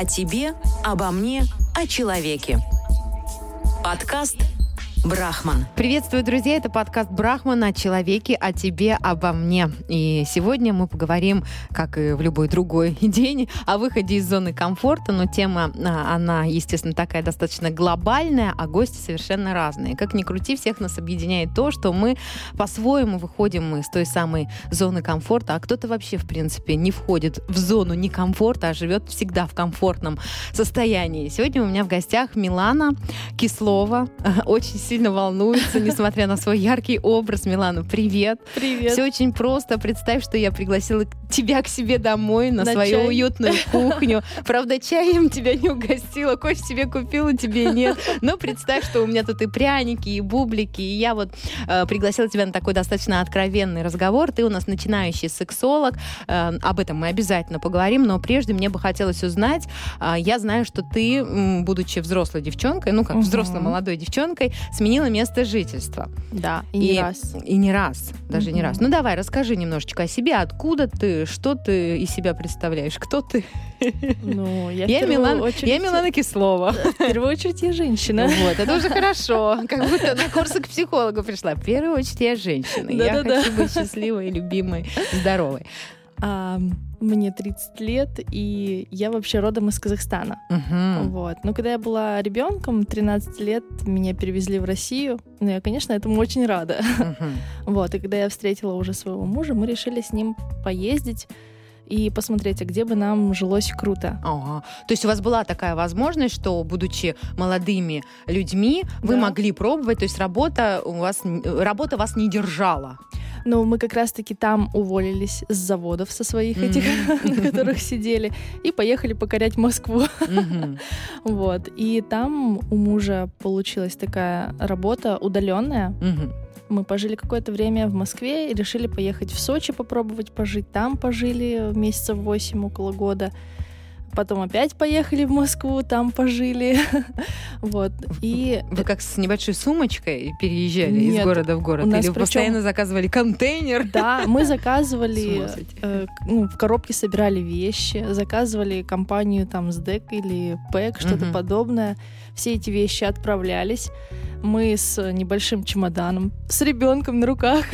О тебе, обо мне, о человеке. Подкаст «Брахман». Приветствую, друзья! Это подкаст «Брахман» о человеке, о тебе, обо мне. И сегодня мы поговорим, как и в любой другой день, о выходе из зоны комфорта, но тема, она, естественно, такая достаточно глобальная, а гости совершенно разные. Как ни крути, всех нас объединяет то, что мы по-своему выходим из той самой зоны комфорта, а кто-то вообще, в принципе, не входит в зону некомфорта, а живет всегда в комфортном состоянии. Сегодня у меня в гостях Милана Кислова. Очень сильно волнуется, несмотря на свой яркий образ. Милана, привет. Привет. Все очень просто. Представь, что я пригласила тебя к себе домой на свою чай? уютную кухню. Правда, чаем тебя не угостила, кофе себе купила, тебе нет. Но представь, что у меня тут и пряники, и бублики. И я вот пригласила тебя на такой достаточно откровенный разговор. Ты у нас начинающий сексолог. Об этом мы обязательно поговорим. Но прежде мне бы хотелось узнать. Я знаю, что ты, будучи взрослой девчонкой, ну как взрослой молодой девчонкой, сменила место жительства. Да, и не раз. И не раз, даже не раз. Ну давай, расскажи немножечко о себе. Откуда ты, что ты из себя представляешь, кто ты? Ну, я Милана Кислова. В первую очередь я женщина. Вот, это уже хорошо. Как будто на курсы к психологу пришла. В первую очередь я женщина. Я хочу быть счастливой, любимой, здоровой. Мне 30 лет, и я вообще родом из Казахстана. Вот. Но когда я была ребенком, 13 лет, меня перевезли в Россию. Ну, я, конечно, этому очень рада. Вот. И когда я встретила уже своего мужа, мы решили с ним поездить и посмотреть, а где бы нам жилось круто. Ага. То есть у вас была такая возможность, что, будучи молодыми людьми, вы могли пробовать, то есть работа вас не держала? Ну, мы как раз-таки там уволились с заводов со своих этих, на которых сидели, и поехали покорять Москву. Вот. И там у мужа получилась такая работа удаленная. Мы пожили какое-то время в Москве и решили поехать в Сочи попробовать пожить. Там пожили месяцев 8, около года. Потом опять поехали в Москву, там пожили. Вот. И вы как с небольшой сумочкой переезжали из города в город? Или вы постоянно заказывали контейнер? Да, мы заказывали, в коробке собирали вещи, заказывали компанию там СДЭК или ПЭК, что-то подобное. Все эти вещи отправлялись. Мы с небольшим чемоданом, с ребенком на руках.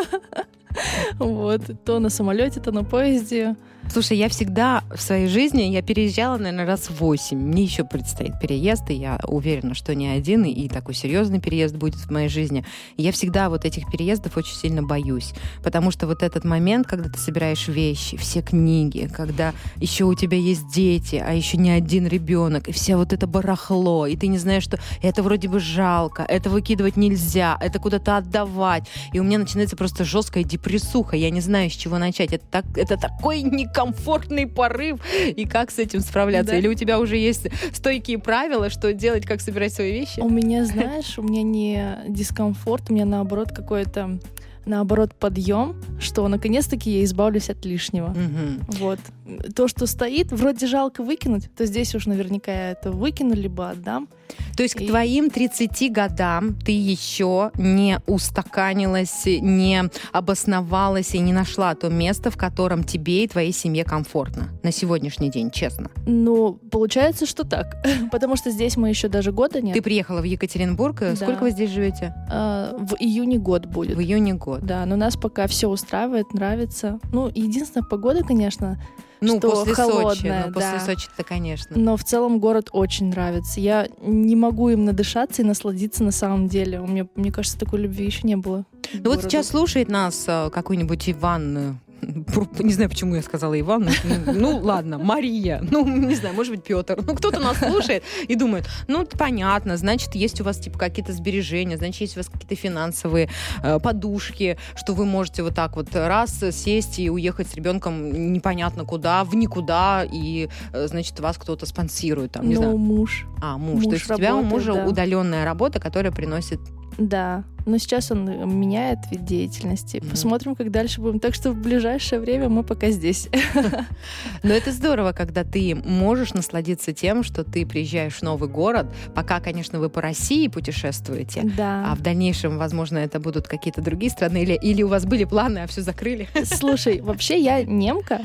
Вот, то на самолете, то на поезде. Слушай, я всегда в своей жизни, я переезжала, наверное, раз 8. Мне еще предстоит переезд, и я уверена, что не один, и такой серьезный переезд будет в моей жизни. И я всегда вот этих переездов очень сильно боюсь, потому что вот этот момент, когда ты собираешь вещи, все книги, когда еще у тебя есть дети, а еще не один ребенок, и все вот это барахло, и ты не знаешь, что это вроде бы жалко, это выкидывать нельзя, это куда-то отдавать. И у меня начинается просто жесткая депрессуха, я не знаю, с чего начать. Это такой некомфортный порыв, и как с этим справляться? Да. Или у тебя уже есть стойкие правила, что делать, как собирать свои вещи? У меня, знаешь, у меня не дискомфорт, у меня наоборот какой-то подъем, что наконец-таки я избавлюсь от лишнего. Вот. То, что стоит, вроде жалко выкинуть, то здесь уж наверняка я это выкину, либо отдам. То есть к твоим 30 годам ты еще не устаканилась, не обосновалась и не нашла то место, в котором тебе и твоей семье комфортно на сегодняшний день, честно? Ну, получается, что так. Потому что здесь мы еще даже года нет. Ты приехала в Екатеринбург. Да. Сколько вы здесь живете? В июне год будет. В июне год. Да, но нас пока все устраивает, нравится. Ну, единственная погода, конечно, что после холодная. Сочи. После Сочи-то, конечно. Но в целом город очень нравится. Я не могу им надышаться и насладиться на самом деле. Мне кажется, такой любви еще не было. Ну вот сейчас слушает нас какой-нибудь Иван... Не знаю, почему я сказала Иван. Ну, ладно, Мария. Ну, не знаю, может быть, Петр. Ну, кто-то нас слушает и думает, ну, понятно, значит, есть у вас, типа, какие-то сбережения, значит, есть у вас какие-то финансовые подушки, что вы можете вот так вот раз сесть и уехать с ребенком непонятно куда, в никуда, и, значит, вас кто-то спонсирует. Там, не знаю. Муж. Муж. То есть у тебя у мужа удаленная работа, которая приносит... Да. Но сейчас он меняет вид деятельности. Посмотрим, как дальше будем. Так что в ближайшее время мы пока здесь. Но это здорово, когда ты можешь насладиться тем, что ты приезжаешь в новый город. Пока, конечно, вы по России путешествуете. Да. А в дальнейшем, возможно, это будут какие-то другие страны. Или у вас были планы, а все закрыли? Слушай, вообще я немка,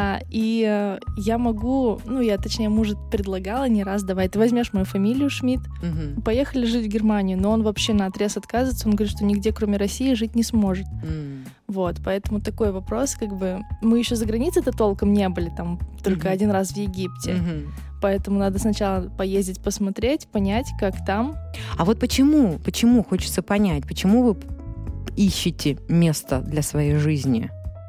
и я могу... Точнее, мужу предлагала не раз: давай, ты возьмешь мою фамилию Шмидт, поехали жить в Германию. Но он вообще наотрез отказывается. Он говорит, что нигде, кроме России, жить не сможет. Вот, поэтому такой вопрос, мы еще за границей-то толком не были, там только один раз в Египте. Поэтому надо сначала поездить, посмотреть, понять, как там. А вот почему хочется понять, почему вы ищете место для своей жизни?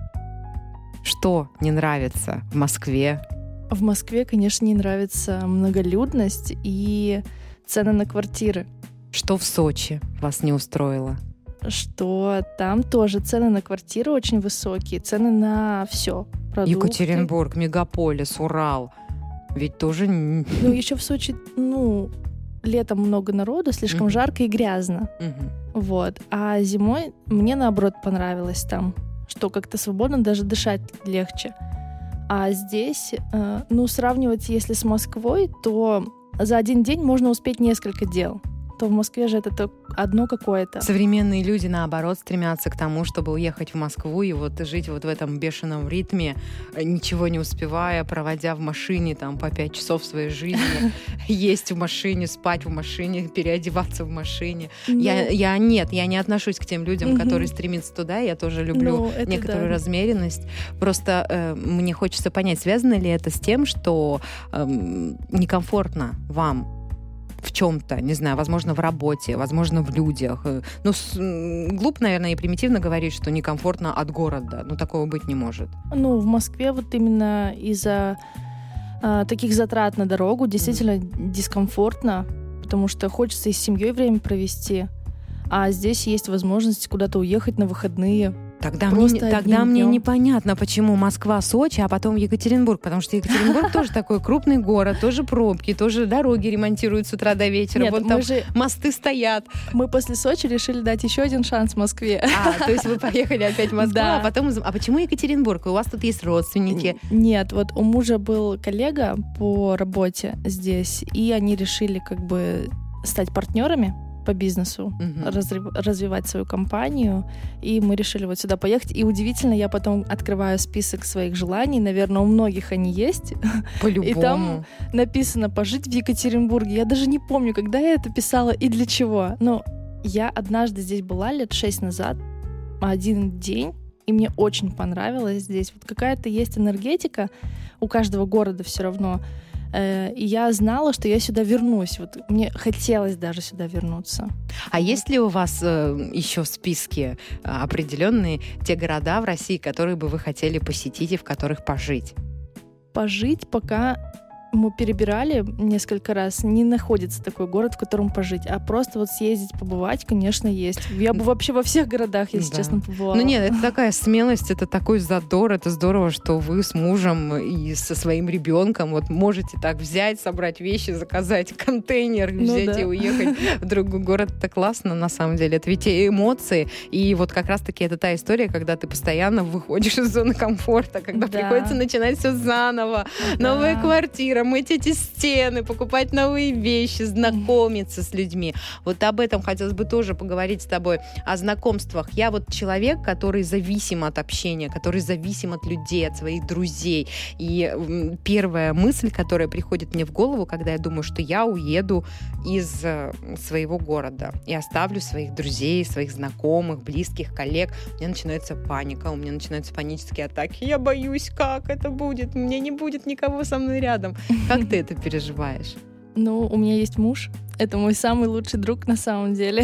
Что не нравится в Москве? В Москве, конечно, не нравится многолюдность и цены на квартиры. Что в Сочи вас не устроило? Что там тоже цены на квартиры очень высокие, цены на все. Екатеринбург, мегаполис, Урал. Ведь тоже... еще в Сочи, летом много народу, слишком жарко и грязно. Вот. А зимой мне, наоборот, понравилось там, что как-то свободно даже дышать легче. А здесь, сравнивать, если с Москвой, то за один день можно успеть несколько дел. То в Москве же это одно какое-то. Современные люди, наоборот, стремятся к тому, чтобы уехать в Москву и жить в этом бешеном ритме, ничего не успевая, проводя в машине там по 5 часов своей жизни, есть в машине, спать в машине, переодеваться в машине. Я не отношусь к тем людям, которые стремятся туда. Я тоже люблю некоторую размеренность. Просто мне хочется понять, связано ли это с тем, что некомфортно вам в чем-то, не знаю, возможно, в работе, возможно, в людях. Глупо, наверное, и примитивно говорить, что некомфортно от города. Такого быть не может. В Москве именно из-за таких затрат на дорогу действительно дискомфортно, потому что хочется и с семьей время провести, а здесь есть возможность куда-то уехать на выходные. Тогда мне непонятно, почему Москва, Сочи, а потом Екатеринбург, потому что Екатеринбург тоже такой крупный город, тоже пробки, тоже дороги ремонтируют с утра до вечера, Нет, там мосты стоят. Мы после Сочи решили дать еще один шанс Москве. То есть вы поехали опять в Москву, да. А почему Екатеринбург? У вас тут есть родственники? Нет, у мужа был коллега по работе здесь, и они решили стать партнерами по бизнесу, развивать свою компанию, и мы решили сюда поехать. И удивительно, я потом открываю список своих желаний, наверное, у многих они есть. По-любому. И там написано «пожить в Екатеринбурге». Я даже не помню, когда я это писала и для чего. Но я однажды здесь была лет 6 назад, один день, и мне очень понравилось здесь. Какая-то есть энергетика у каждого города все равно. И я знала, что я сюда вернусь. Мне хотелось даже сюда вернуться. А есть ли у вас еще в списке определенные те города в России, которые бы вы хотели посетить и в которых пожить? Пожить пока мы перебирали несколько раз, не находится такой город, в котором пожить, а просто съездить, побывать, конечно, есть. Я бы вообще во всех городах, если честно, побывала. Нет, это такая смелость, это такой задор, это здорово, что вы с мужем и со своим ребенком можете так взять, собрать вещи, заказать контейнер, взять и уехать в другой город. Это классно, на самом деле. Это ведь эмоции, и как раз-таки это та история, когда ты постоянно выходишь из зоны комфорта, когда приходится начинать все заново, новая квартира, мыть эти стены, покупать новые вещи, знакомиться с людьми. Об этом хотелось бы тоже поговорить с тобой, о знакомствах. Я человек, который зависим от общения, который зависим от людей, от своих друзей. И первая мысль, которая приходит мне в голову, когда я думаю, что я уеду из своего города и оставлю своих друзей, своих знакомых, близких, коллег, у меня начинается паника, у меня начинаются панические атаки. Я боюсь, как это будет. У меня не будет никого со мной рядом. Как ты это переживаешь? У меня есть муж. Это мой самый лучший друг на самом деле.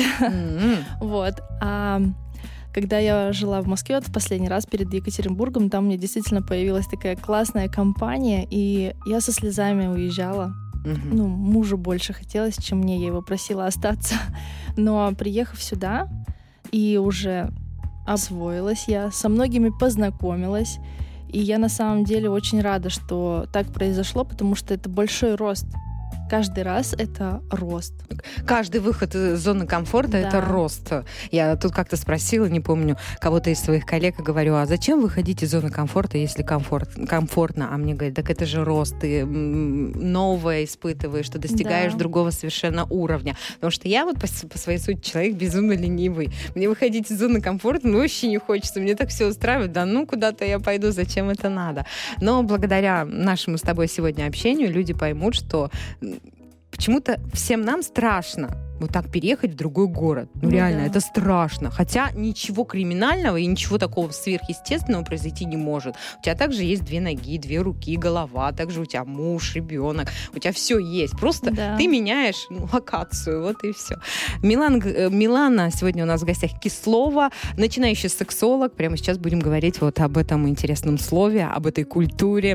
А когда я жила в Москве в последний раз перед Екатеринбургом, там у меня действительно появилась такая классная компания, и я со слезами уезжала. Мужу больше хотелось, чем мне. Я его просила остаться. Но приехав сюда и уже освоилась, я со многими познакомилась. И я на самом деле очень рада, что так произошло, потому что это большой рост. каждый раз это рост. Каждый выход из зоны комфорта это рост. Я тут как-то спросила, не помню, кого-то из своих коллег, и говорю, а зачем выходить из зоны комфорта, если комфортно? А мне говорят, так это же рост, ты новое испытываешь, что достигаешь другого совершенно уровня. Потому что я вот по своей сути человек безумно ленивый. Мне выходить из зоны комфорта вообще не хочется. Мне так все устраивает. Да ну, куда-то я пойду, зачем это надо? Но благодаря нашему с тобой сегодня общению люди поймут, что почему-то всем нам страшно вот так переехать в другой город. Ну, реально, это страшно. Хотя ничего криминального и ничего такого сверхъестественного произойти не может. У тебя также есть 2 ноги, 2 руки, голова, также у тебя муж, ребенок. У тебя все есть. Просто ты меняешь локацию, вот и все. Милана сегодня у нас в гостях Кислова, начинающий сексолог. Прямо сейчас будем говорить вот об этом интересном слове, об этой культуре.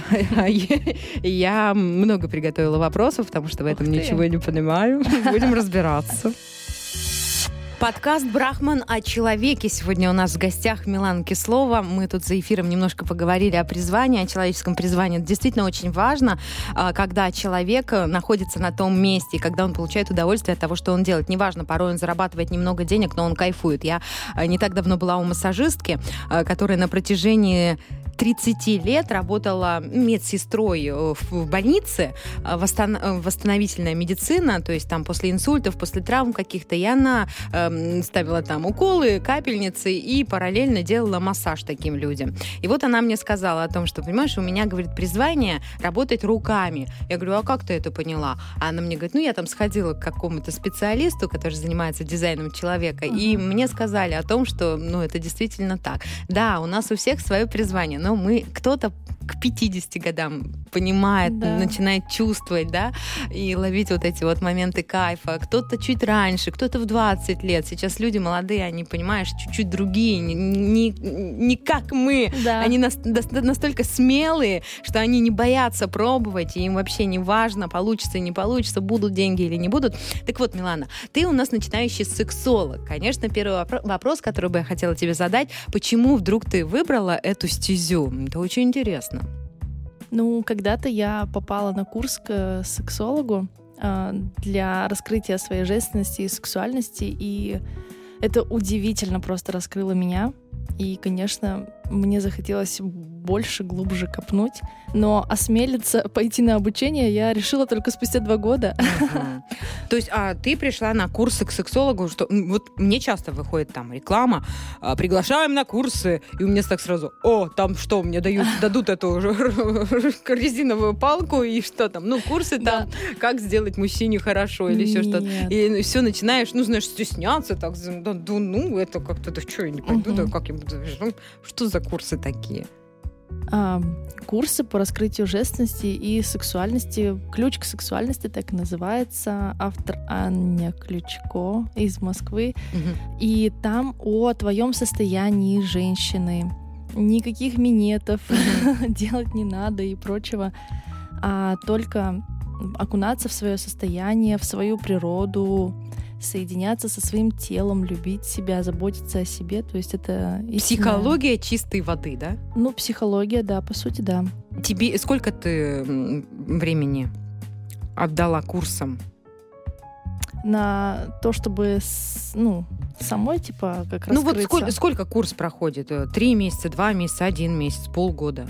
Я много приготовила вопросов, потому что в этом ничего не понимаю. Будем разбираться. Подкаст «Брахман о человеке». Сегодня у нас в гостях Милана Кислова. Мы тут за эфиром немножко поговорили о призвании, о человеческом призвании. Это действительно очень важно, когда человек находится на том месте, когда он получает удовольствие от того, что он делает. Неважно, порой он зарабатывает немного денег, но он кайфует. Я не так давно была у массажистки, которая на протяжении 30 лет работала медсестрой в больнице, восстановительная медицина, то есть там после инсультов, после травм каких-то, и она ставила там уколы, капельницы и параллельно делала массаж таким людям. И вот она мне сказала о том, что, понимаешь, у меня, говорит, призвание работать руками. Я говорю, а как ты это поняла? А она мне говорит, я там сходила к какому-то специалисту, который занимается дизайном человека, и мне сказали о том, что, это действительно так. Да, у нас у всех свое призвание, но кто-то к 50 годам понимает, начинает чувствовать, и ловить вот эти вот моменты кайфа. Кто-то чуть раньше, кто-то в 20 лет. Сейчас люди молодые, они, понимаешь, чуть-чуть другие, не как мы. Да. Они настолько смелые, что они не боятся пробовать, и им вообще не важно, получится и не получится, будут деньги или не будут. Так вот, Милана, ты у нас начинающий сексолог. Конечно, первый вопрос, который бы я хотела тебе задать, почему вдруг ты выбрала эту стезю? Это очень интересно. Когда-то я попала на курс к сексологу для раскрытия своей женственности и сексуальности, и это удивительно просто раскрыло меня. И, конечно, мне захотелось больше, глубже копнуть, но осмелиться пойти на обучение я решила только спустя 2 года. То есть, ты пришла на курсы к сексологу, что вот мне часто выходит там реклама, приглашаем на курсы, и у меня так сразу, там что, мне дадут эту резиновую палку, и что там, курсы там, как сделать мужчине хорошо, или еще что-то. И все начинаешь, знаешь, стесняться, так, это как-то, что, я не пойду, как я буду, что за курсы такие? Курсы по раскрытию женственности и сексуальности. Ключ к сексуальности так и называется. Автор Аня Ключко из Москвы. И там о твоем состоянии женщины. Никаких минетов делать не надо и прочего, а только окунаться в свое состояние, в свою природу, соединяться со своим телом, любить себя, заботиться о себе. То есть это психология чистой воды, да? Психология, да, по сути, да. Тебе сколько ты времени отдала курсам? На то, чтобы самой, как раскрыться. Вот сколько курс проходит? 3 месяца, 2 месяца, 1 месяц, полгода?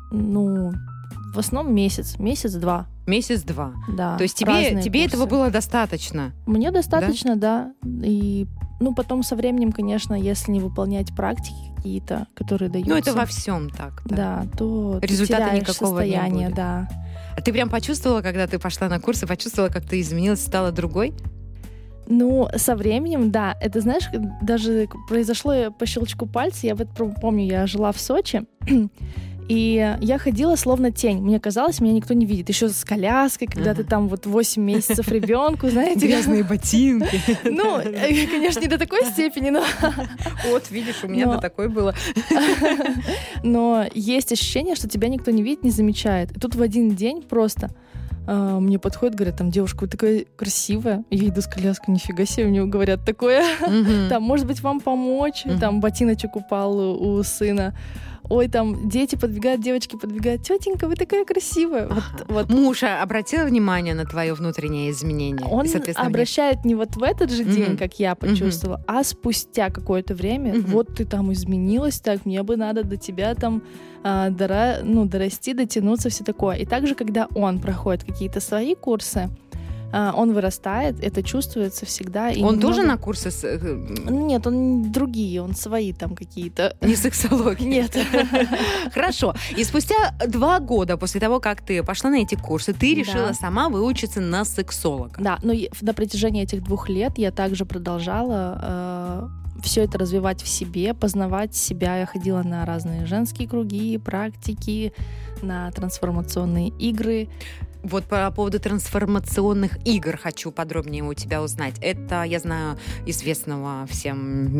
В основном месяц-два. Месяц-два. Да. То есть тебе этого было достаточно? Мне достаточно, да. И потом со временем, конечно, если не выполнять практики какие-то, которые даются. Это во всем так. Да, то результата ты никакого состояние, не будет. Да. А ты прям почувствовала, когда ты пошла на курсы, почувствовала, как ты изменилась, стала другой? Со временем, да. Это, знаешь, даже произошло по щелчку пальца. Я помню, я жила в Сочи, и я ходила словно тень. Мне казалось, меня никто не видит. Еще с коляской, когда ты там 8 месяцев ребенку, знаете. Грязные ботинки. Конечно, не до такой степени, но... Вот, видишь, у меня такое было. Но есть ощущение, что тебя никто не видит, не замечает. И тут в один день просто мне подходят, говорят, там, девушка, вы такая красивая. Я иду с коляской, нифига себе, мне говорят такое. Там, может быть, вам помочь? Там ботиночек упал у сына. ой, там дети подбегают, девочки подбегают, тетенька, вы такая красивая. Вот. Муж обратил внимание на твое внутреннее изменение? Он обращает не вот в этот же день, как я почувствовала, а спустя какое-то время, вот ты там изменилась, так, мне бы надо до тебя там дорасти, дотянуться, все такое. И также, когда он проходит какие-то свои курсы, он вырастает, это чувствуется всегда. И он тоже на курсы? Нет, он другие, он свои там какие-то. Не сексология? Нет. Хорошо. И спустя 2 года после того, как ты пошла на эти курсы, ты решила сама выучиться на сексолога. Да, но на протяжении этих 2 лет я также продолжала все это развивать в себе, познавать себя. Я ходила на разные женские круги, практики, на трансформационные игры. Вот по поводу трансформационных игр хочу подробнее у тебя узнать. Это, я знаю, известного всем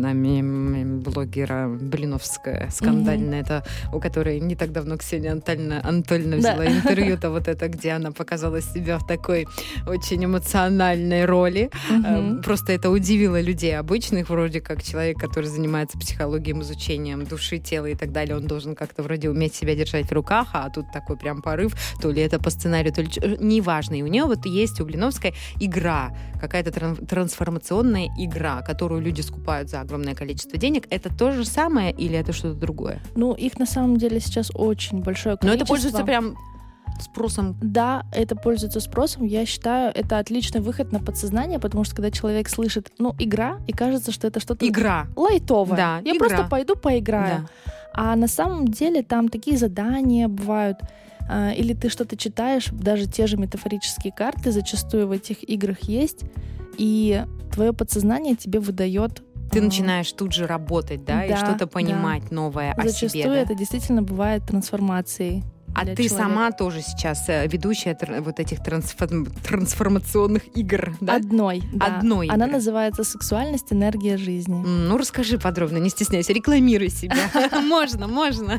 блогера Блиновская, скандальная, это у которой не так давно Ксения Анатольевна взяла интервью-то вот это, где она показала себя в такой очень эмоциональной роли. Просто это удивило людей обычных, вроде как человек, который занимается психологией, изучением души, тела и так далее, он должен как-то вроде уметь себя держать в руках, а тут такой прям порыв, то ли это по сценарию, то ли неважно. И у нее вот есть у Блиновской игра, какая-то трансформационная игра, которую люди скупают за огромное количество денег. Это то же самое или это что-то другое? Ну, их на самом деле сейчас очень большое количество. Но это пользуется прям спросом. Да, это пользуется спросом. Я считаю, это отличный выход на подсознание, потому что когда человек слышит, игра, и кажется, что это что-то лайтовое. Да, я просто пойду поиграю. Да. А на самом деле там такие задания бывают, или ты что-то читаешь, даже те же метафорические карты зачастую в этих играх есть, и твое подсознание тебе выдает. Ты начинаешь тут же работать, да, и что-то понимать новое о себе. Зачастую это действительно бывает трансформацией. А ты сама тоже сейчас ведущая вот этих трансформационных игр, да? Одной. Одной. Она называется «Сексуальность. Энергия жизни». Ну, расскажи подробно, не стесняйся, рекламируй себя. Можно.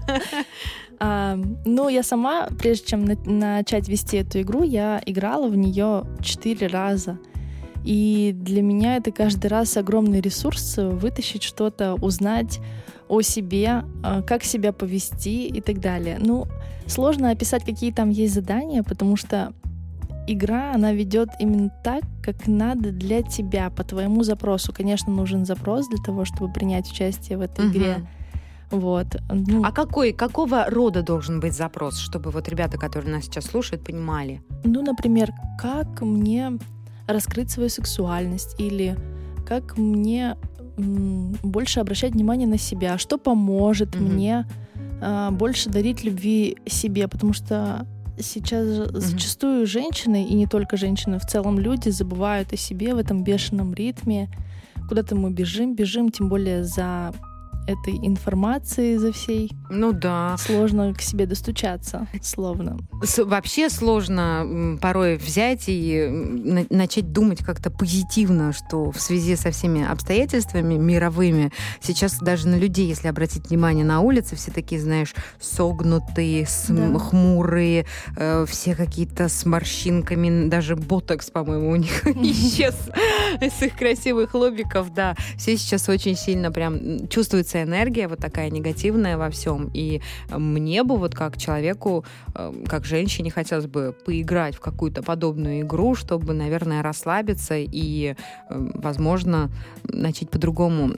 Я сама, прежде чем начать вести эту игру, я играла в нее 4 раза. И для меня это каждый раз огромный ресурс вытащить что-то, узнать о себе, как себя повести и так далее. Сложно описать, какие там есть задания, потому что игра, она ведет именно так, как надо для тебя, по твоему запросу. Конечно, нужен запрос для того, чтобы принять участие в этой игре. Вот. А какого рода должен быть запрос, чтобы вот ребята, которые нас сейчас слушают, понимали? Например, как мне раскрыть свою сексуальность, или как мне больше обращать внимание на себя, что поможет мне больше дарить любви себе, потому что сейчас зачастую женщины, и не только женщины, в целом люди забывают о себе в этом бешеном ритме. Куда-то мы бежим, тем более за этой информации, за всей. Да. Сложно к себе достучаться, словно. Вообще сложно порой взять и начать думать как-то позитивно, что в связи со всеми обстоятельствами мировыми сейчас даже на людей, если обратить внимание на улице, все такие, знаешь, согнутые, хмурые, все какие-то с морщинками, даже ботокс, по-моему, у них исчез с их красивых лобиков, да. Все сейчас очень сильно прям чувствуется энергия вот такая негативная во всем. И мне бы вот как человеку, как женщине, хотелось бы поиграть в какую-то подобную игру, чтобы, наверное, расслабиться и, возможно, начать по-другому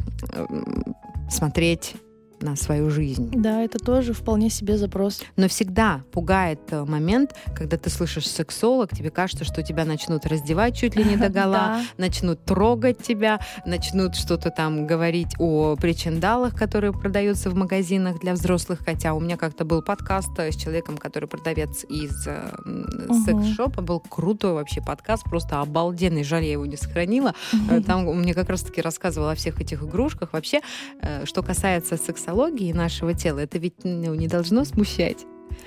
смотреть на свою жизнь. Да, это тоже вполне себе запрос. Но всегда пугает момент, когда ты слышишь сексолог, тебе кажется, что тебя начнут раздевать чуть ли не догола, начнут трогать тебя, начнут что-то там говорить о причиндалах, которые продаются в магазинах для взрослых, хотя у меня как-то был подкаст с человеком, который продавец из секс-шопа, был крутой вообще подкаст, просто обалденный, жаль, я его не сохранила. Там мне как раз-таки рассказывал о всех этих игрушках. Вообще, что касается сексологии нашего тела, это ведь не должно смущать.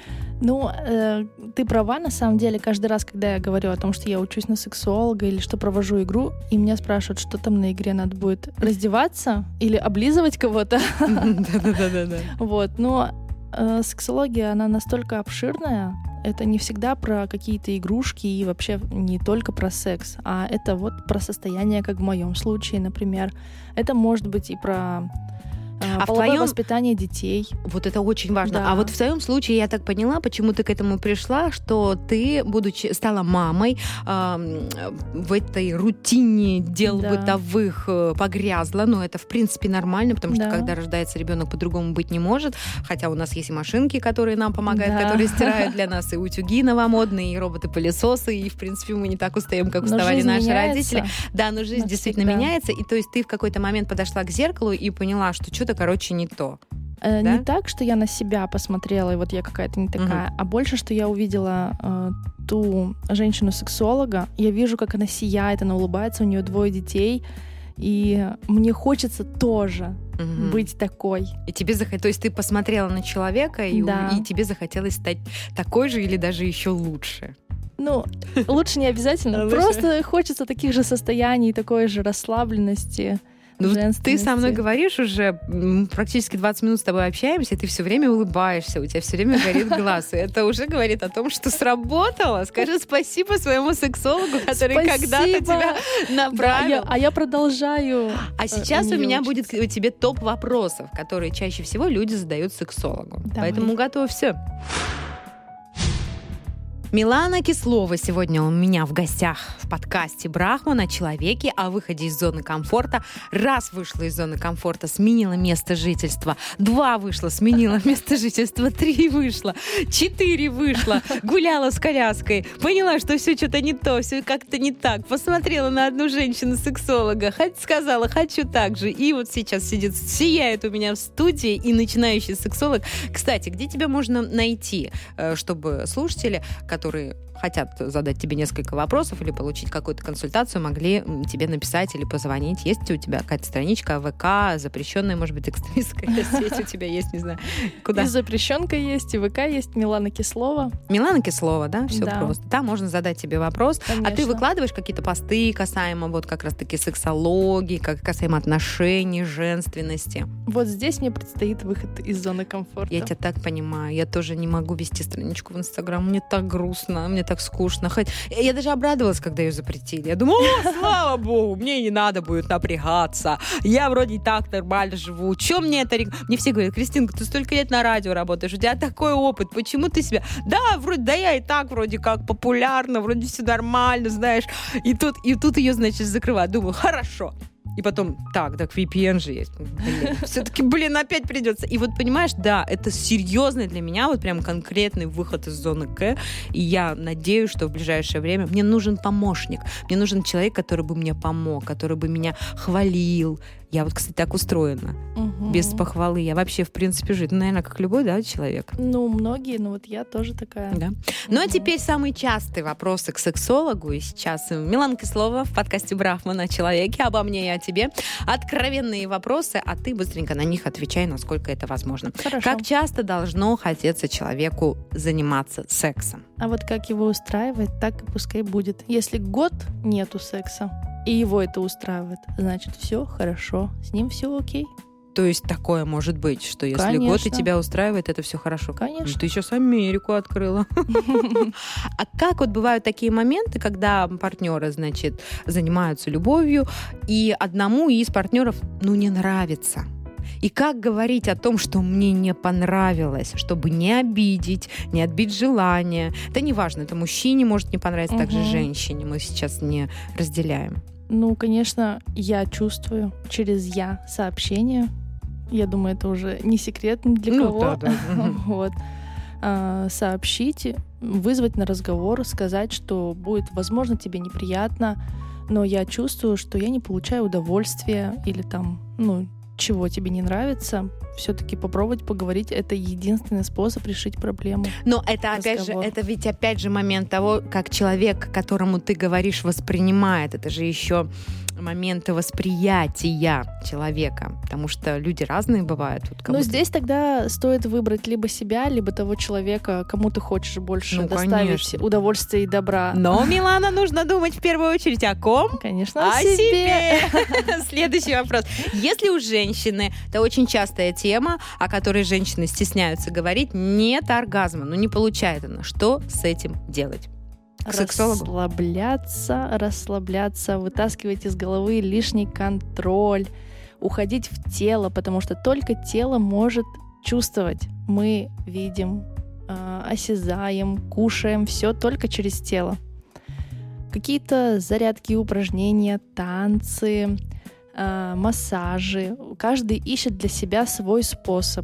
Ты права, на самом деле, каждый раз, когда я говорю о том, что я учусь на сексолога или что провожу игру, и меня спрашивают, что там на игре надо будет раздеваться или облизывать кого-то. Да. Вот, но сексология, она настолько обширная, это не всегда про какие-то игрушки и вообще не только про секс, а это вот про состояние, как в моем случае, например. Это может быть и про половое воспитание детей. Вот это очень важно. Да. А вот в твоем случае я так поняла, почему ты к этому пришла, что ты, будучи стала мамой, в этой рутине дел бытовых погрязла. Но это, в принципе, нормально, потому что когда рождается ребенок, по-другому быть не может. Хотя у нас есть и машинки, которые нам помогают, которые стирают для нас, и утюги новомодные, и роботы-пылесосы, и, в принципе, мы не так устаем, как уставали наши родители. Да, но жизнь действительно меняется. И то есть ты в какой-то момент подошла к зеркалу и поняла, что что-то, короче, не то. Не так, что я на себя посмотрела, и вот я какая-то не такая, а больше, что я увидела ту женщину-сексолога, я вижу, как она сияет, она улыбается, у нее 2 детей, и мне хочется тоже быть такой. И тебе то есть ты посмотрела на человека, и тебе захотелось стать такой же или даже еще лучше? Ну, лучше не обязательно. Просто хочется таких же состояний, такой же расслабленности. Ну, ты со мной говоришь уже, практически 20 минут с тобой общаемся, и ты все время улыбаешься, у тебя все время горит глаз. И это уже говорит о том, что сработало. Скажи спасибо своему сексологу, который когда-то тебя направил. Да, я продолжаю. А сейчас у меня будет к тебе топ вопросов, которые чаще всего люди задают сексологу. Давай. Поэтому готовься. Милана Кислова сегодня у меня в гостях в подкасте «Брахман» о человеке, о выходе из зоны комфорта. Раз вышла из зоны комфорта, сменила место жительства. 2 вышла, сменила место жительства. 3 вышла. 4 вышла. Гуляла с коляской. Поняла, что все что-то не то, все как-то не так. Посмотрела на одну женщину-сексолога. Сказала, хочу так же. И вот сейчас сидит, сияет у меня в студии и начинающий сексолог. Кстати, где тебя можно найти, чтобы слушатели, которые хотят задать тебе несколько вопросов или получить какую-то консультацию, могли тебе написать или позвонить? Есть у тебя какая-то страничка ВК, запрещенная, может быть, экстремистская сеть у тебя есть, не знаю. Куда? И запрещенка есть, и ВК есть, Милана Кислова. Милана Кислова, да? Все просто. Там можно задать тебе вопрос. Конечно. А ты выкладываешь какие-то посты касаемо вот как раз-таки сексологии, касаемо отношений, женственности? Вот здесь мне предстоит выход из зоны комфорта. Я тебя так понимаю. Я тоже не могу вести страничку в Инстаграм. Мне так грустно, мне так скучно. Я даже обрадовалась, когда ее запретили. Я думаю, слава богу, мне не надо будет напрягаться. Я вроде и так нормально живу. Че мне это... Мне все говорят, Кристинка, ты столько лет на радио работаешь, у тебя такой опыт, почему ты себя... Да, вроде, да я и так вроде как популярна, вроде все нормально, знаешь. И тут ее, значит, закрывают. Думаю, хорошо. И потом, так VPN же есть. Все-таки, опять придется. И вот, понимаешь, да, это серьезный для меня вот прям конкретный выход из зоны К. И я надеюсь, что в ближайшее время мне нужен помощник. Мне нужен человек, который бы мне помог, который бы меня хвалил. Я вот, кстати, так устроена. Без похвалы. Я вообще, в принципе, жить. Наверное, как любой, да, человек. Ну, многие, но вот я тоже такая. Да. Ну, а теперь самые частые вопросы к сексологу. И сейчас Милана Кислова в подкасте «Брахман» о человеке, обо мне и о тебе. Откровенные вопросы, а ты быстренько на них отвечай, насколько это возможно. Хорошо. Как часто должно хотеться человеку заниматься сексом? А вот как его устраивает, так и пускай будет. Если год нету секса, и его это устраивает, значит, все хорошо, с ним все окей. То есть такое может быть, что если Конечно. год и тебя устраивает, это все хорошо? Конечно. Ты сейчас Америку открыла. А как вот бывают такие моменты, когда партнеры, значит, занимаются любовью, и одному из партнеров, не нравится? И как говорить о том, что мне не понравилось, чтобы не обидеть, не отбить желание? Это не важно, это мужчине может не понравиться, также женщине. Мы сейчас не разделяем. Ну, конечно, я чувствую через «я» сообщение. Я думаю, это уже не секрет ни для кого. Да. Вот. Сообщите, вызвать на разговор, сказать, что будет, возможно, тебе неприятно, но я чувствую, что я не получаю удовольствия или там, чего тебе не нравится, все-таки попробовать поговорить. Это единственный способ решить проблему. Но это опять же момент того, как человек, которому ты говоришь, воспринимает. Это же еще моменты восприятия человека, потому что люди разные бывают. Но здесь тогда стоит выбрать либо себя, либо того человека, кому ты хочешь больше доставить удовольствие и добра. Но, Милана, нужно думать в первую очередь о ком? Конечно, о себе. Следующий вопрос. Если у женщины, это очень частая тема, о которой женщины стесняются говорить, нет оргазма, не получает она, что с этим делать? К сексологу? Расслабляться, вытаскивать из головы лишний контроль, уходить в тело, потому что только тело может чувствовать. Мы видим, осязаем, кушаем, все только через тело. Какие-то зарядки, упражнения, танцы, массажи. Каждый ищет для себя свой способ.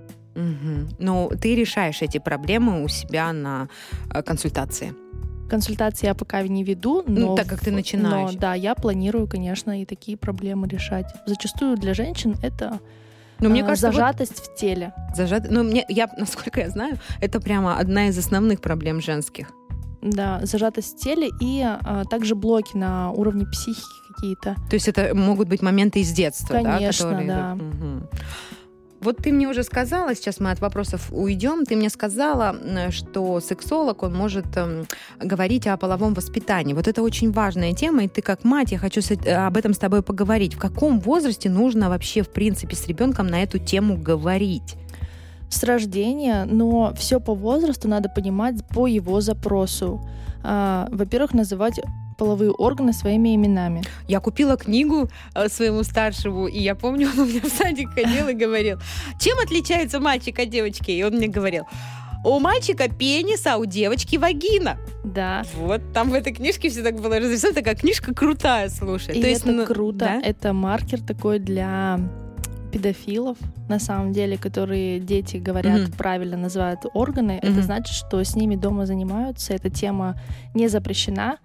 Ну, ты решаешь эти проблемы у себя на консультации? Консультации я пока не веду, но... так как ты начинаешь. Но, да, я планирую, конечно, и такие проблемы решать. Зачастую для женщин это мне кажется, зажатость в теле. Насколько я знаю, это прямо одна из основных проблем женских. Да, зажатость в теле и также блоки на уровне психики какие-то. То есть это могут быть моменты из детства, конечно, да? да. Угу. Вот ты мне уже сказала, сейчас мы от вопросов уйдем, ты мне сказала, что сексолог, он может говорить о половом воспитании. Вот это очень важная тема, и ты как мать, я хочу об этом с тобой поговорить. В каком возрасте нужно вообще, в принципе, с ребенком на эту тему говорить? С рождения, но все по возрасту надо понимать по его запросу. Во-первых, называть половые органы своими именами. Я купила книгу своему старшему, и я помню, он у меня в садик ходил и говорил, чем отличается мальчик от девочки? И он мне говорил, у мальчика пенис, а у девочки вагина. Да. Вот там в этой книжке все так было разрисовано, такая книжка крутая, слушай. И это круто, да? Это маркер такой для педофилов, на самом деле, которые дети говорят, правильно называют органы, это значит, что с ними дома занимаются, эта тема не запрещена,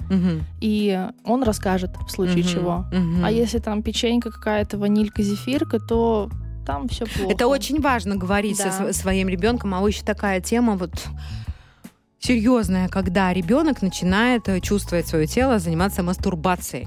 и он расскажет в случае чего. А если там печенька какая-то, ванилька, зефирка, то там все плохо. Это очень важно говорить со своим ребенком, а еще такая тема вот серьезная, когда ребенок начинает чувствовать свое тело, заниматься мастурбацией.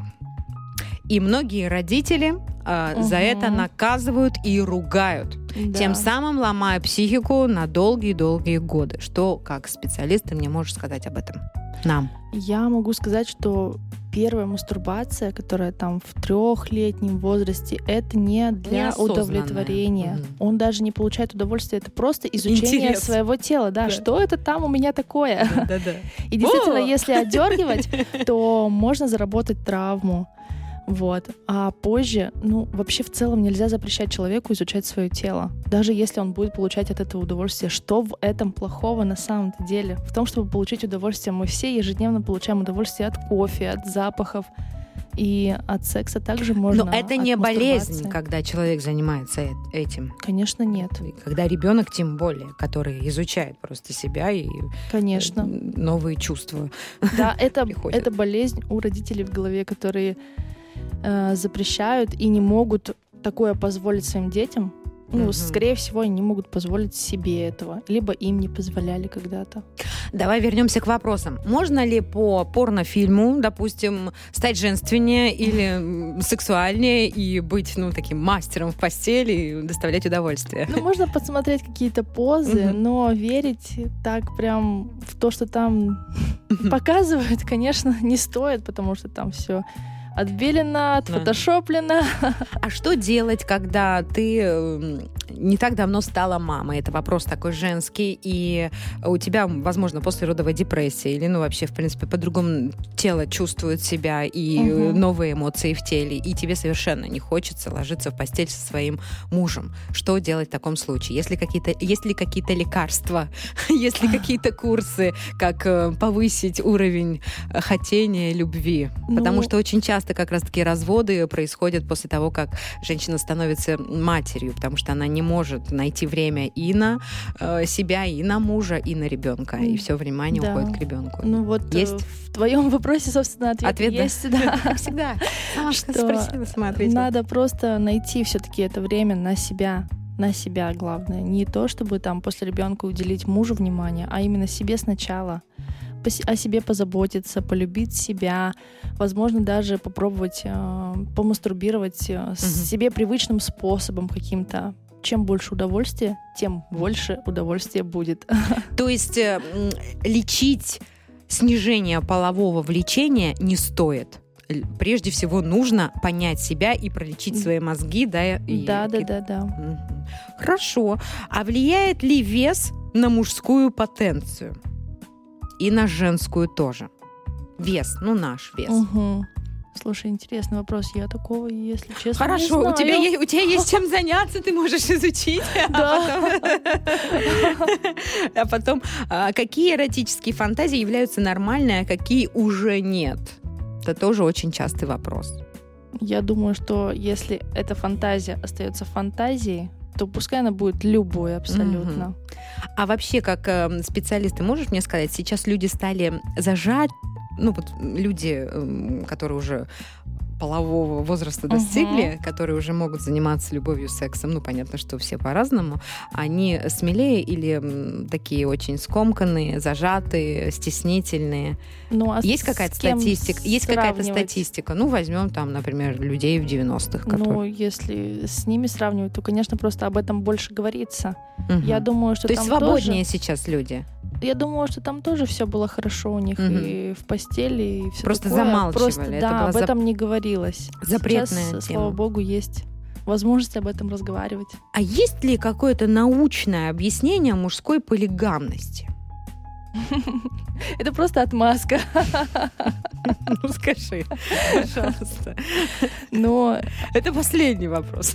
И многие родители за это наказывают и ругают, тем самым ломая психику на долгие-долгие годы. Что, как специалист, ты мне можешь сказать об этом? Нам. Я могу сказать, что первая мастурбация, которая там в 3-летнем возрасте, это не для удовлетворения. Он даже не получает удовольствия, это просто изучение своего тела. Да, что это там у меня такое? И действительно, если отдергивать, то можно заработать травму. Вот. А позже, вообще в целом нельзя запрещать человеку изучать свое тело. Даже если он будет получать от этого удовольствие. Что в этом плохого на самом-то деле? В том, чтобы получить удовольствие, мы все ежедневно получаем удовольствие от кофе, от запахов. И от секса также можно. Но это не болезнь, когда человек занимается этим. Конечно, нет. И когда ребенок, тем более, который изучает просто себя и конечно. Новые чувства. Да, это болезнь у родителей в голове, которые запрещают и не могут такое позволить своим детям. Скорее всего, они не могут позволить себе этого. Либо им не позволяли когда-то. Давай вернемся к вопросам. Можно ли по порнофильму, допустим, стать женственнее или сексуальнее и быть, таким мастером в постели и доставлять удовольствие? Можно посмотреть какие-то позы, но верить так прям в то, что там показывают, конечно, не стоит, потому что там все отбелено, отфотошоплено. А что делать, когда ты не так давно стала мамой? Это вопрос такой женский, и у тебя, возможно, послеродовая депрессия, или, вообще, в принципе, по-другому тело чувствует себя, и новые эмоции в теле, и тебе совершенно не хочется ложиться в постель со своим мужем. Что делать в таком случае? Есть ли какие-то лекарства? Есть ли какие-то курсы, как повысить уровень хотения, любви? Потому что очень часто как раз-таки разводы происходят после того, как женщина становится матерью, потому что она не может найти время и на себя, и на мужа, и на ребенка, и все внимание уходит к ребенку. Есть? В твоем вопросе, собственно, ответ есть. Да. Как всегда. Сама ответила. Надо просто найти все-таки это время на себя. На себя главное. Не то, чтобы там после ребенка уделить мужу внимание, а именно себе сначала. О себе позаботиться, полюбить себя, возможно, даже попробовать помастурбировать себе привычным способом каким-то. Чем больше удовольствия, тем больше удовольствия будет. То есть лечить снижение полового влечения не стоит? Прежде всего нужно понять себя и пролечить свои мозги, да? Да. Хорошо. А влияет ли вес на мужскую потенцию? И на женскую тоже. Вес, наш вес. Слушай, интересный вопрос. Я такого, если честно, Хорошо, не знаю. у тебя есть чем заняться, ты можешь изучить. А потом, какие эротические фантазии являются нормальными, а какие уже нет? Это тоже очень частый вопрос. Я думаю, что если эта фантазия остается фантазией, то пускай она будет любой абсолютно. А вообще, как специалист, ты можешь мне сказать, сейчас люди стали зажать, люди, которые уже полового возраста достигли, которые уже могут заниматься любовью, сексом, понятно, что все по-разному, они смелее или такие очень скомканные, зажатые, стеснительные? Есть какая-то статистика? Есть какая-то статистика? Возьмем там, например, людей в 90-х. Которые... если с ними сравнивать, то, конечно, просто об этом больше говорится. Я думаю, что то там есть свободнее тоже... сейчас люди? Я думаю, что там тоже все было хорошо у них и в постели, и все просто такое. Замалчивали. Просто, об этом не говорилось. Запретная сейчас, тема. Слава богу, есть возможность об этом разговаривать. А есть ли какое-то научное объяснение мужской полигамности? Это просто отмазка. Скажи, пожалуйста. Но это последний вопрос.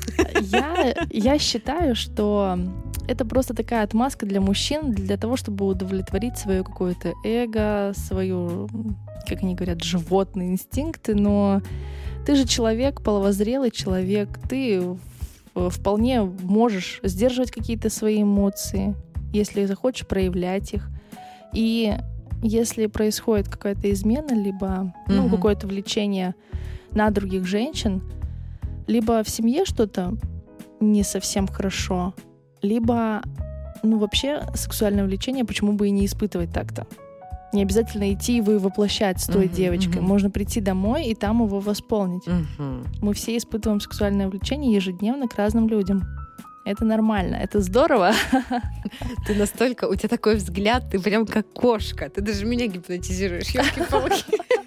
Я считаю, что это просто такая отмазка для мужчин, для того, чтобы удовлетворить свое какое-то эго, свою, как они говорят, животные инстинкты. Но ты же человек, половозрелый человек, ты вполне можешь сдерживать какие-то свои эмоции, если захочешь проявлять их. И если происходит какая-то измена, либо какое-то влечение на других женщин, либо в семье что-то не совсем хорошо, либо вообще сексуальное влечение, почему бы и не испытывать так-то? Не обязательно идти его и воплощать с той девочкой. Можно прийти домой и там его восполнить. Мы все испытываем сексуальное влечение ежедневно к разным людям. Это нормально, это здорово. Ты настолько, у тебя такой взгляд, ты прям как кошка. Ты даже меня гипнотизируешь, ёлки-палки.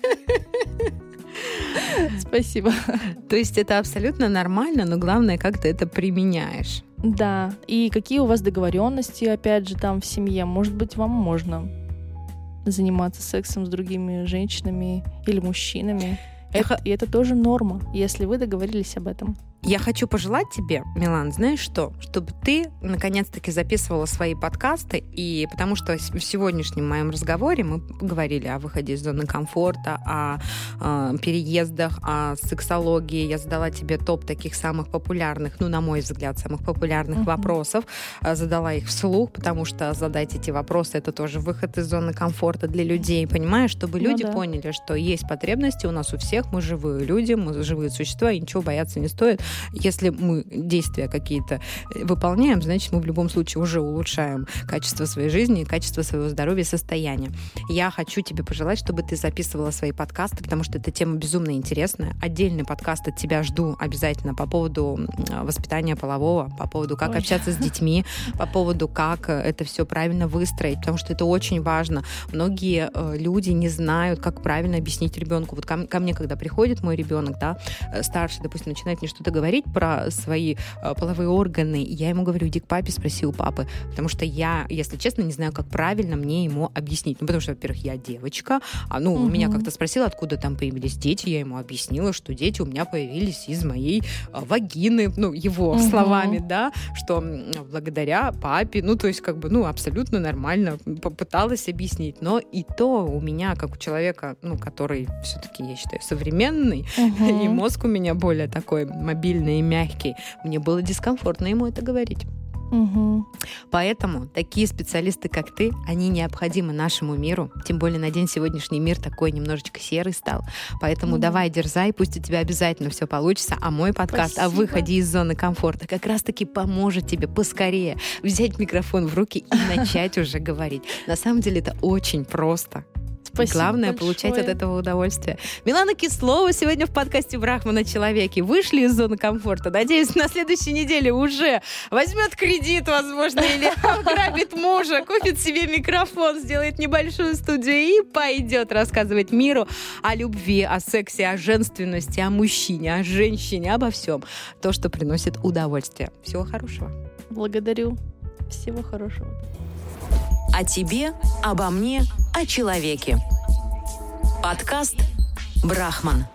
Спасибо. То есть это абсолютно нормально, но главное, как ты это применяешь. Да. И какие у вас договоренности, опять же, там в семье? Может быть, вам можно заниматься сексом с другими женщинами или мужчинами? И это тоже норма, если вы договорились об этом. Я хочу пожелать тебе, Милан, знаешь что? Чтобы ты наконец-таки записывала свои подкасты, и потому что в сегодняшнем моем разговоре мы говорили о выходе из зоны комфорта, о переездах, о сексологии. Я задала тебе топ таких самых популярных, на мой взгляд, самых популярных вопросов. Задала их вслух, потому что задать эти вопросы — это тоже выход из зоны комфорта для людей, понимаешь? Чтобы люди поняли, что есть потребности у нас у всех, мы живые люди, мы живые существа, и ничего бояться не стоит. Если мы действия какие-то выполняем, значит, мы в любом случае уже улучшаем качество своей жизни, качество своего здоровья и состояния. Я хочу тебе пожелать, чтобы ты записывала свои подкасты, потому что эта тема безумно интересная. Отдельный подкаст от тебя жду обязательно по поводу воспитания полового, по поводу, как общаться с детьми, по поводу, как это все правильно выстроить, потому что это очень важно. Многие люди не знают, как правильно объяснить ребенку. Вот ко мне, когда приходит мой ребенок, старший, допустим, начинает мне что-то говорить про свои половые органы, я ему говорю: иди к папе, спроси у папы, потому что я, если честно, не знаю, как правильно мне ему объяснить. Потому что, во-первых, я девочка, у меня как-то спросила, откуда там появились дети, я ему объяснила, что дети у меня появились из моей вагины, его словами, что благодаря папе, то есть абсолютно нормально попыталась объяснить, но и то у меня, как у человека, который все-таки, я считаю, современный, и мозг у меня более такой мобильный и мягкий, мне было дискомфортно ему это говорить. Поэтому такие специалисты, как ты, они необходимы нашему миру. Тем более на день сегодняшний мир такой немножечко серый стал. Поэтому давай, дерзай, пусть у тебя обязательно все получится. А мой подкаст о выходе из зоны комфорта как раз-таки поможет тебе поскорее взять микрофон в руки и начать уже говорить. На самом деле это очень просто. Спасибо Главное большое. Получать от этого удовольствие. Милана Кислова сегодня в подкасте «Брахман о человеке». Вышли из зоны комфорта. Надеюсь, на следующей неделе уже возьмет кредит, возможно, или ограбит мужа, купит себе микрофон, сделает небольшую студию и пойдет рассказывать миру о любви, о сексе, о женственности, о мужчине, о женщине, обо всем. То, что приносит удовольствие. Всего хорошего. Благодарю. Всего хорошего. О тебе, обо мне, о человеке. Подкаст «Брахман».